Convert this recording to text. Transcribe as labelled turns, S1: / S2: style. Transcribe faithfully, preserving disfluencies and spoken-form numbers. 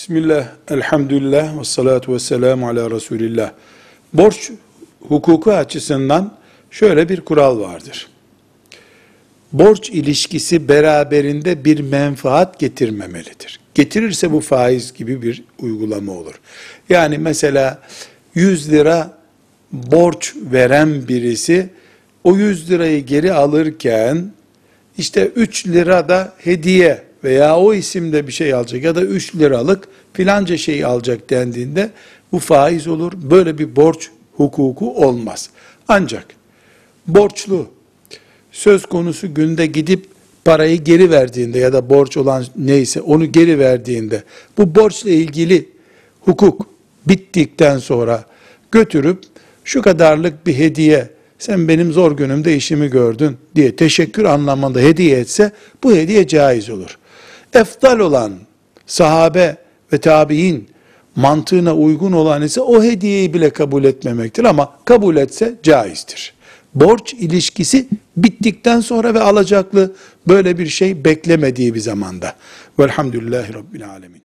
S1: Bismillah, elhamdülillah, ve salatu ve selamu ala Resulillah. Borç hukuku açısından şöyle bir kural vardır. Borç ilişkisi beraberinde bir menfaat getirmemelidir. Getirirse bu faiz gibi bir uygulama olur. Yani mesela yüz lira borç veren birisi o yüz lirayı geri alırken işte üç lira da hediye veya o isimde bir şey alacak ya da üç liralık filanca şey alacak dendiğinde bu faiz olur. Böyle bir borç hukuku olmaz. Ancak borçlu söz konusu günde gidip parayı geri verdiğinde ya da borç olan neyse onu geri verdiğinde bu borçla ilgili hukuk bittikten sonra götürüp şu kadarlık bir hediye, sen benim zor günümde işimi gördün diye teşekkür anlamında hediye etse bu hediye caiz olur. Efdal olan sahabe ve tabi'in mantığına uygun olan ise o hediyeyi bile kabul etmemektir ama kabul etse caizdir. Borç ilişkisi bittikten sonra ve alacaklı böyle bir şey beklemediği bir zamanda. Velhamdülillahi Rabbil Alemin.